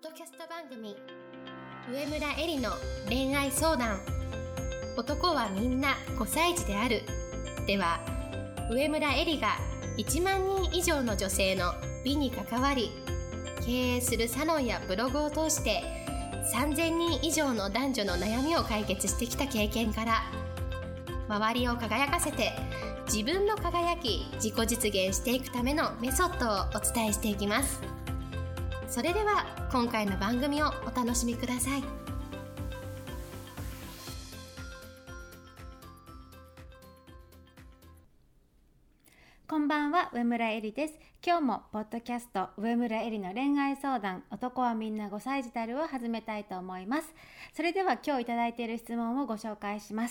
ドキャスト番組上村えりの恋愛相談。男はみんな5歳児であるでは、上村えりが1万人以上の女性の美に関わり、経営するサロンやブログを通して3000人以上の男女の悩みを解決してきた経験から、周りを輝かせて自分の輝き自己実現していくためのメソッドをお伝えしていきます。それでは今回の番組をお楽しみください。 こんばんは、上村えりです。今日もポッドキャスト上村えりの恋愛相談、男はみんな5歳児たるを始めたいと思います。それでは今日いただいている質問をご紹介します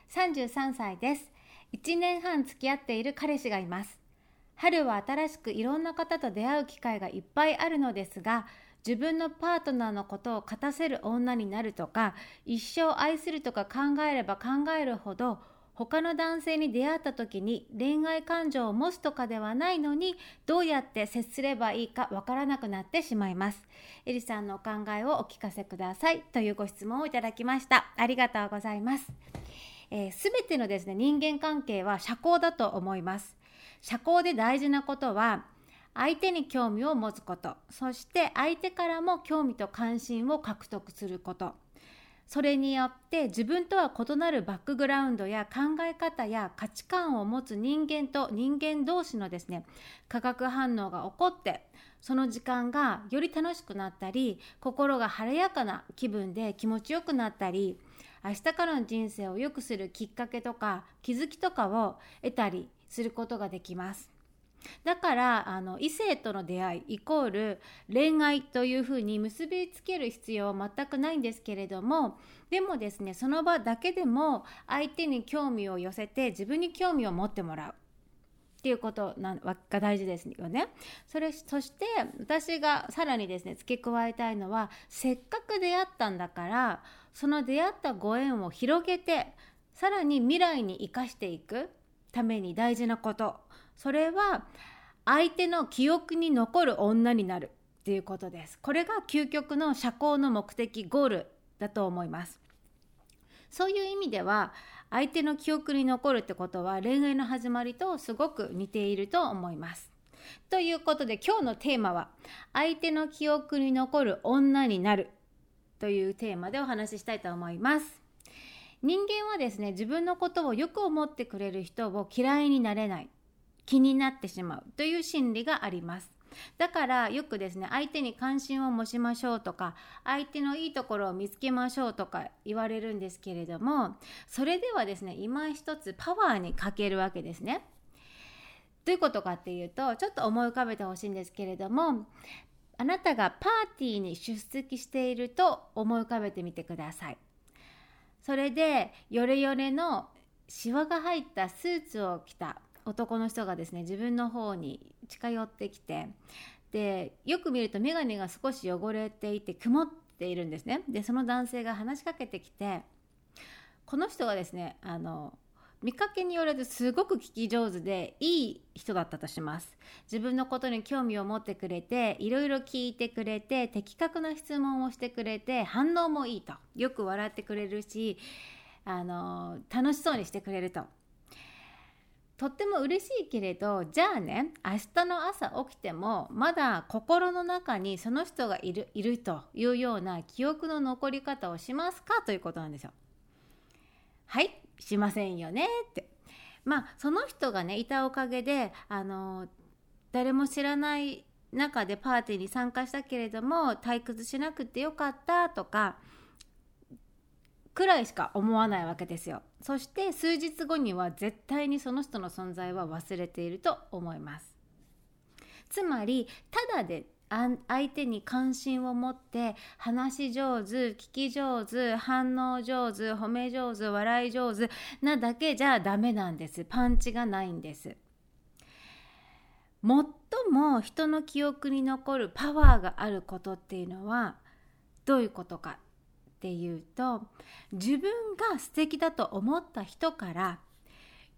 。33歳です。1年半付き合っている彼氏がいます。春は新しくいろんな方と出会う機会がいっぱいあるのですが、自分のパートナーのことを勝たせる女になるとか、一生愛するとか考えれば考えるほど、他の男性に出会った時に恋愛感情を持つとかではないのに、どうやって接すればいいかわからなくなってしまいます。えりさんのお考えをお聞かせくださいというご質問をいただきました。ありがとうございます。すべてのですね、人間関係は社交だと思います。社交で大事なことは、相手に興味を持つこと、そして相手からも興味と関心を獲得すること。それによって自分とは異なるバックグラウンドや考え方や価値観を持つ人間と人間同士のですね、化学反応が起こって、その時間がより楽しくなったり、心が晴れやかな気分で気持ちよくなったり、明日からの人生を良くするきっかけとか気づきとかを得たりすることができます。だから異性との出会いイコール恋愛というふうに結びつける必要は全くないんですけれども、でもですね、その場だけでも相手に興味を寄せて自分に興味を持ってもらうっていうことが大事ですよね。そして私がさらにですね付け加えたいのは、せっかく出会ったんだから、その出会ったご縁を広げてさらに未来に生かしていくために大事なこと、それは相手の記憶に残る女になるっていうことです。これが究極の社交の目的ゴールだと思います。そういう意味では相手の記憶に残るってことは恋愛の始まりとすごく似ていると思います。ということで今日のテーマは、相手の記憶に残る女になるというテーマでお話ししたいと思います。人間はですね、自分のことをよく思ってくれる人を嫌いになれない、気になってしまうという心理があります。だからよくですね、相手に関心を持ちましょうとか、相手のいいところを見つけましょうとか言われるんですけれども、それではですね、今一つパワーに欠けるわけですね。どういうことかっていうと、ちょっと思い浮かべてほしいんですけれども、あなたがパーティーに出席していると思い浮かべてみてください。それでヨレヨレのシワが入ったスーツを着た男の人がですね、自分の方に近寄ってきて、でよく見ると眼鏡が少し汚れていて曇っているんですね。でその男性が話しかけてきて、この人がですね、見かけによるとすごく聞き上手でいい人だったとします。自分のことに興味を持ってくれて、いろいろ聞いてくれて、的確な質問をしてくれて、反応もいいと、よく笑ってくれるし、楽しそうにしてくれると、とっても嬉しいけれど、じゃあね、明日の朝起きてもまだ心の中にその人がいるというような記憶の残り方をしますかということなんですよ。はい、しませんよねって。その人がねいたおかげで誰も知らない中でパーティーに参加したけれども退屈しなくてよかったとかくらいしか思わないわけですよ。そして数日後には絶対にその人の存在は忘れていると思います。つまりただで相手に関心を持って話し上手、聞き上手、反応上手、褒め上手、笑い上手なだけじゃダメなんです。パンチがないんです。最も人の記憶に残るパワーがあることっていうのはどういうことかっていうと、自分が素敵だと思った人から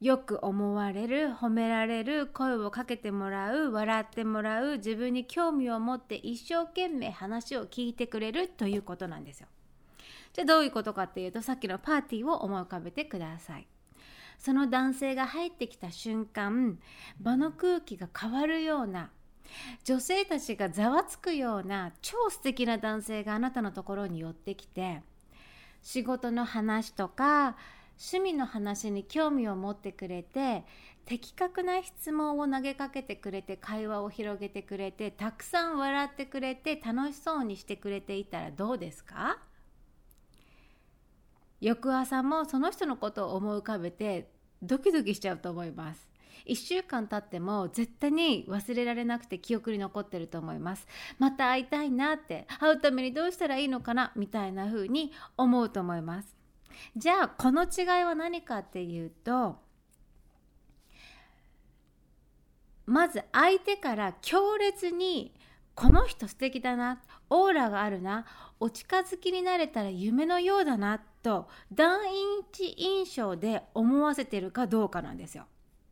よく思われる、褒められる、声をかけてもらう、笑ってもらう、自分に興味を持って一生懸命話を聞いてくれるということなんですよ。じゃあどういうことかっていうと、さっきのパーティーを思い浮かべてください。その男性が入ってきた瞬間、場の空気が変わるような、女性たちがざわつくような超素敵な男性があなたのところに寄ってきて、仕事の話とか趣味の話に興味を持ってくれて、的確な質問を投げかけてくれて、会話を広げてくれて、たくさん笑ってくれて、楽しそうにしてくれていたらどうですか？翌朝もその人のことを思い浮かべてドキドキしちゃうと思います。1週間経っても絶対に忘れられなくて記憶に残ってると思います。また会いたいなって、会うためにどうしたらいいのかなみたいな風に思うと思います。じゃあこの違いは何かっていうと、まず相手から強烈にこの人素敵だな、オーラがあるな、お近づきになれたら夢のようだなと第一印象で思わせているかどうかなんですよ。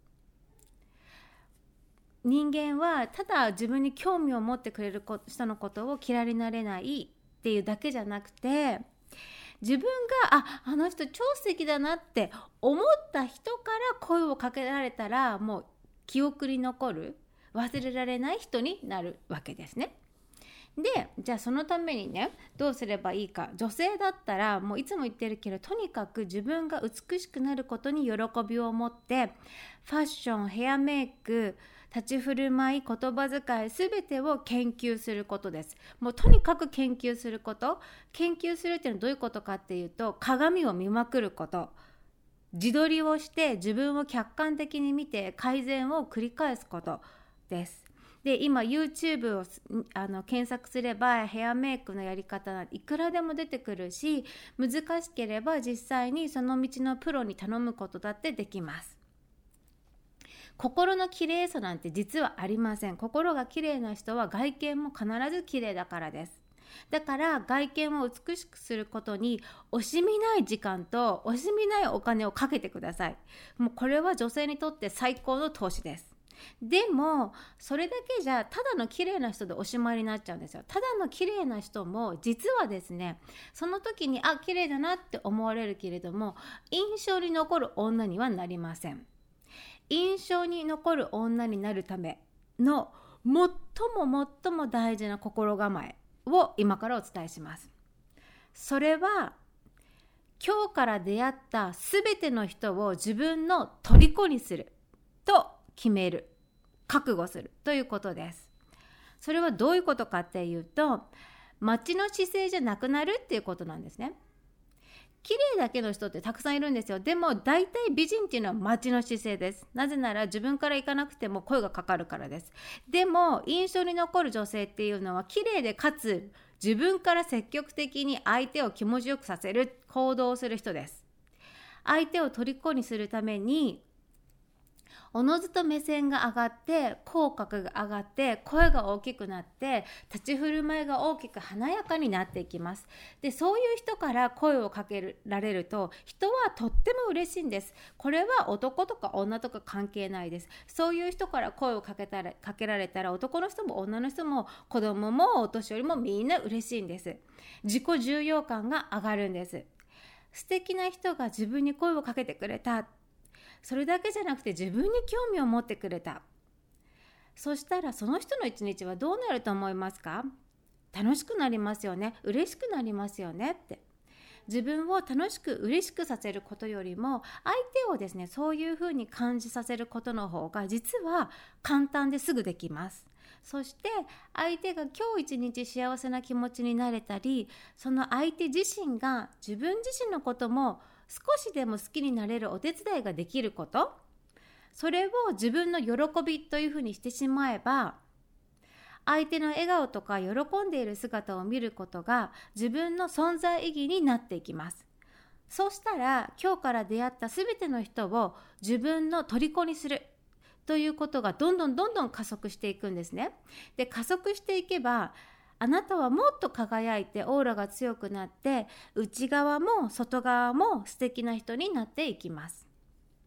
人間はただ自分に興味を持ってくれる人のことを嫌いになれないっていうだけじゃなくて、自分があの人超素敵だなって思った人から声をかけられたら、もう記憶に残る、忘れられない人になるわけですね。で、じゃあそのためにね、どうすればいいか。女性だったらもういつも言ってるけど、とにかく自分が美しくなることに喜びを持って、ファッション、ヘアメイク、立ち振る舞い、言葉遣い、すべてを研究することです。もうとにかく研究すること。研究するっていうのはどういうことかっていうと、鏡を見まくること。自撮りをして自分を客観的に見て改善を繰り返すことです。で、今 YouTube を検索すればヘアメイクのやり方なんていくらでも出てくるし、難しければ実際にその道のプロに頼むことだってできます。心の綺麗さなんて実はありません。心が綺麗な人は外見も必ず綺麗だからです。だから外見を美しくすることに惜しみない時間と惜しみないお金をかけてください。もうこれは女性にとって最高の投資です。でもそれだけじゃただの綺麗な人でおしまいになっちゃうんですよ。ただの綺麗な人も実はですね、その時に綺麗だなって思われるけれども、印象に残る女にはなりません。印象に残る女になるための最も大事な心構えを今からお伝えします。それは、今日から出会ったすべての人を自分の虜にすると決める、覚悟するということです。それはどういうことかっていうと、待ちの姿勢じゃなくなるっていうことなんですね。綺麗だけの人ってたくさんいるんですよ。でも大体美人っていうのは待ちの姿勢です。なぜなら自分から行かなくても声がかかるからです。でも印象に残る女性っていうのは綺麗でかつ自分から積極的に相手を気持ちよくさせる行動をする人です。相手を虜にするためにおのずと目線が上がって、口角が上がって、声が大きくなって、立ち振る舞いが大きく華やかになっていきます。で、そういう人から声をかけられると、人はとっても嬉しいんです。これは男とか女とか関係ないです。そういう人から声をかけられたら、男の人も女の人も子供もお年寄りもみんな嬉しいんです。自己重要感が上がるんです。素敵な人が自分に声をかけてくれた。それだけじゃなくて自分に興味を持ってくれた。そしたらその人の一日はどうなると思いますか？楽しくなりますよね。嬉しくなりますよねって。自分を楽しく嬉しくさせることよりも、相手をですね、そういうふうに感じさせることの方が実は簡単ですぐできます。そして相手が今日一日幸せな気持ちになれたり、その相手自身が自分自身のことも少しでも好きになれるお手伝いができること、それを自分の喜びというふうにしてしまえば、相手の笑顔とか喜んでいる姿を見ることが自分の存在意義になっていきます。そうしたら今日から出会ったすべての人を自分の虜にするということがどんどん加速していくんですね。で、加速していけばあなたはもっと輝いてオーラが強くなって、内側も外側も素敵な人になっていきます。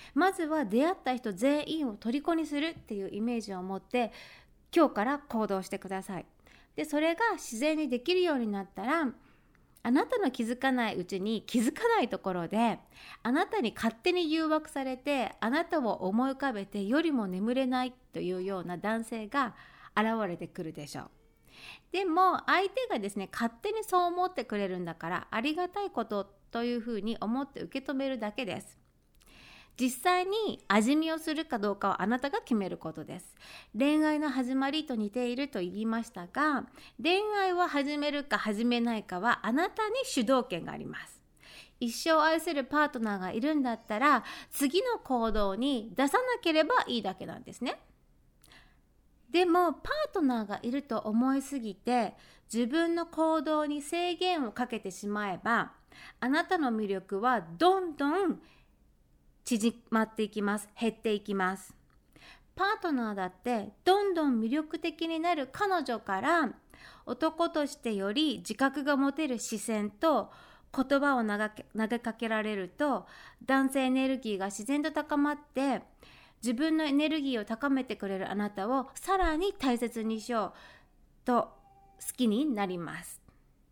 まずは出会った人全員を虜にするっていうイメージを持って今日から行動してください。でそれが自然にできるようになったら、あなたの気づかないうちに気づかないところであなたに勝手に誘惑されて、あなたを思い浮かべて夜も眠れないというような男性が現れてくるでしょう。でも相手がですね、勝手にそう思ってくれるんだからありがたいことというふうに思って受け止めるだけです。実際に味見をするかどうかはあなたが決めることです。恋愛の始まりと似ていると言いましたが、恋愛を始めるか始めないかはあなたに主導権があります。一生愛するパートナーがいるんだったら次の行動に出さなければいいだけなんですね。でもパートナーがいると思いすぎて自分の行動に制限をかけてしまえば、あなたの魅力はどんどん縮まっていきます。減っていきます。パートナーだってどんどん魅力的になる彼女から男としてより自覚が持てる視線と言葉を投げかけられると、男性エネルギーが自然と高まって自分のエネルギーを高めてくれるあなたをさらに大切にしようと好きになります。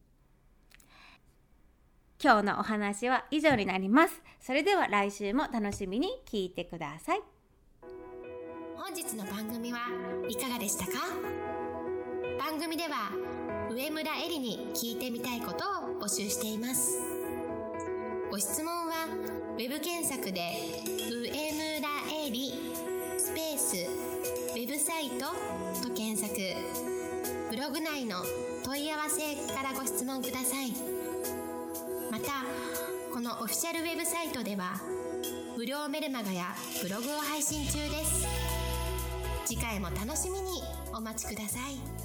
今日のお話は以上になります。それでは来週も楽しみに聞いてください。 本日の番組はいかがでしたか？番組では上村えりに聞いてみたいことを募集しています。ご質問はウェブ検索で上村えりスペースウェブサイトと検索、ブログ内の問い合わせからご質問ください。またこのオフィシャルウェブサイトでは無料メルマガやブログを配信中です。次回も楽しみにお待ちください。